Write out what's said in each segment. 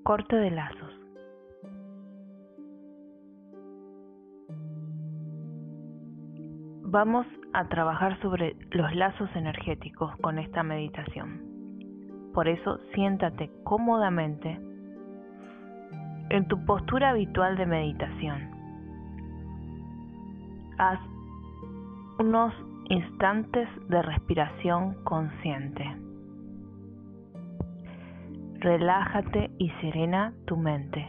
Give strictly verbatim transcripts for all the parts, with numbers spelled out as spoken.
Corte de lazos. Vamos a trabajar sobre los lazos energéticos con esta meditación. Por eso, siéntate cómodamente en tu postura habitual de meditación. Haz unos instantes de respiración consciente. Relájate y serena tu mente.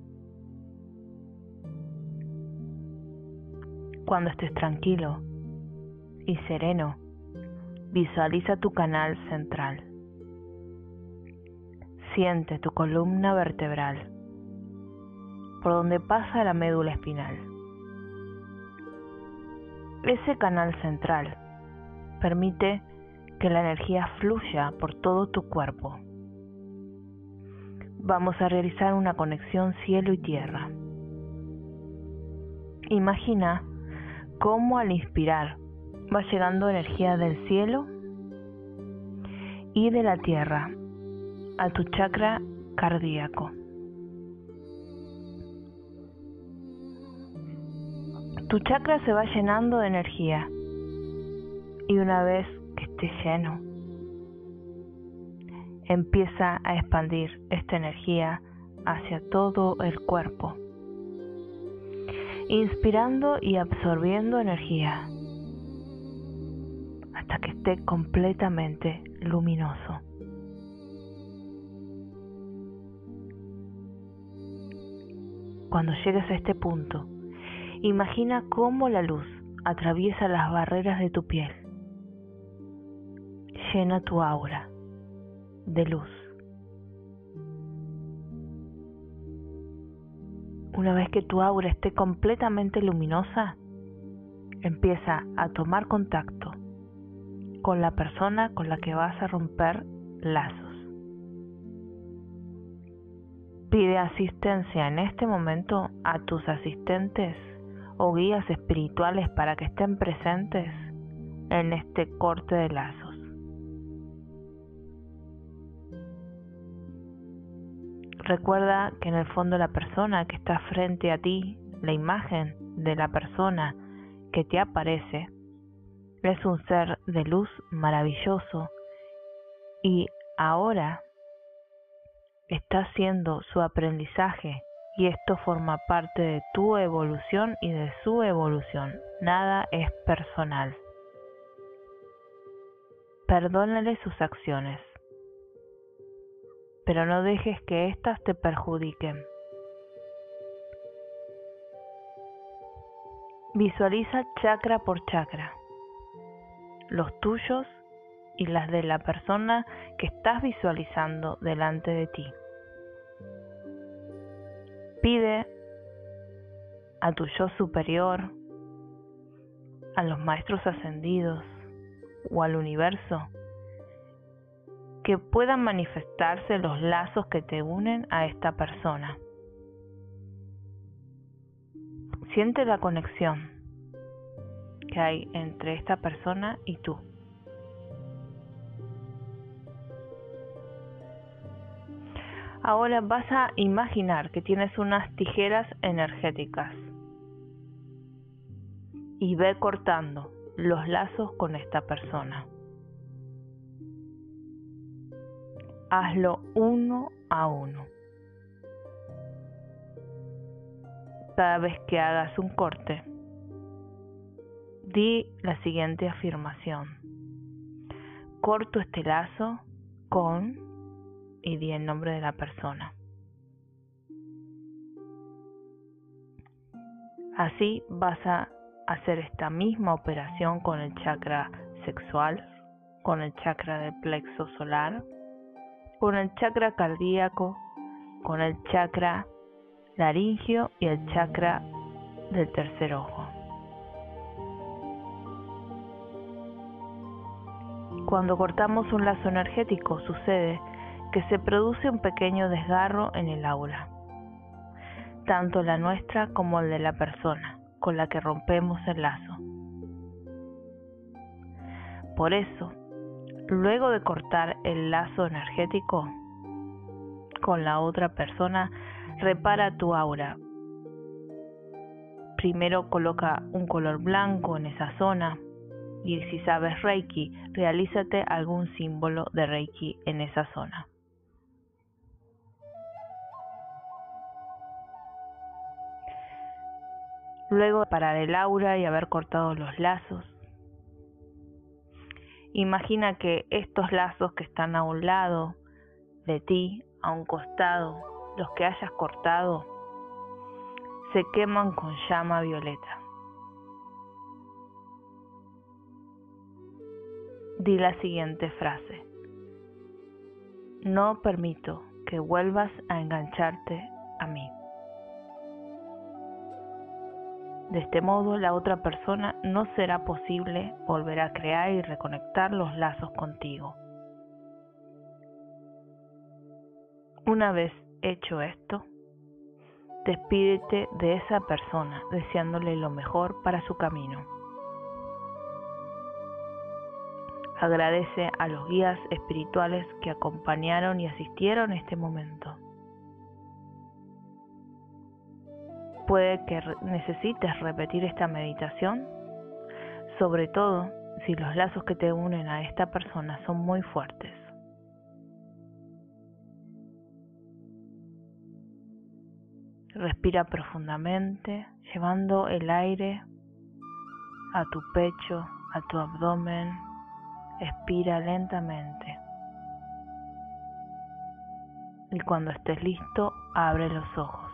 Cuando estés tranquilo y sereno, visualiza tu canal central. Siente tu columna vertebral, por donde pasa la médula espinal. Ese canal central permite que la energía fluya por todo tu cuerpo. Vamos a realizar una conexión cielo y tierra. Imagina cómo al inspirar va llegando energía del cielo y de la tierra a tu chakra cardíaco. Tu chakra se va llenando de energía y una vez que esté lleno, empieza a expandir esta energía hacia todo el cuerpo, inspirando y absorbiendo energía hasta que esté completamente luminoso. Cuando llegues a este punto, imagina cómo la luz atraviesa las barreras de tu piel, llena tu aura de luz. Una vez que tu aura esté completamente luminosa, empieza a tomar contacto con la persona con la que vas a romper lazos. Pide asistencia en este momento a tus asistentes o guías espirituales para que estén presentes en este corte de lazos. Recuerda que en el fondo la persona que está frente a ti, la imagen de la persona que te aparece, es un ser de luz maravilloso y ahora está haciendo su aprendizaje y esto forma parte de tu evolución y de su evolución. Nada es personal. Perdónale sus acciones, pero no dejes que éstas te perjudiquen. Visualiza chakra por chakra, los tuyos y las de la persona que estás visualizando delante de ti. Pide a tu yo superior, a los maestros ascendidos o al universo que puedan manifestarse los lazos que te unen a esta persona. Siente la conexión que hay entre esta persona y tú. Ahora vas a imaginar que tienes unas tijeras energéticas y ve cortando los lazos con esta persona. Hazlo uno a uno. Cada vez que hagas un corte, di la siguiente afirmación. Corto este lazo con, y di el nombre de la persona. Así vas a hacer esta misma operación con el chakra sexual, con el chakra del plexo solar, con el chakra cardíaco, con el chakra laringio y el chakra del tercer ojo. Cuando cortamos un lazo energético sucede que se produce un pequeño desgarro en el aura, tanto la nuestra como el de la persona con la que rompemos el lazo. Por eso, luego de cortar el lazo energético, con la otra persona, repara tu aura. Primero coloca un color blanco en esa zona y si sabes Reiki, realízate algún símbolo de Reiki en esa zona. Luego de parar el aura y haber cortado los lazos, imagina que estos lazos que están a un lado de ti, a un costado, los que hayas cortado, se queman con llama violeta. Di la siguiente frase: no permito que vuelvas a engancharte a mí. De este modo, la otra persona no será posible volver a crear y reconectar los lazos contigo. Una vez hecho esto, despídete de esa persona deseándole lo mejor para su camino. Agradece a los guías espirituales que acompañaron y asistieron en este momento. Puede que necesites repetir esta meditación, sobre todo si los lazos que te unen a esta persona son muy fuertes. Respira profundamente, llevando el aire a tu pecho, a tu abdomen. Expira lentamente. Y cuando estés listo, abre los ojos.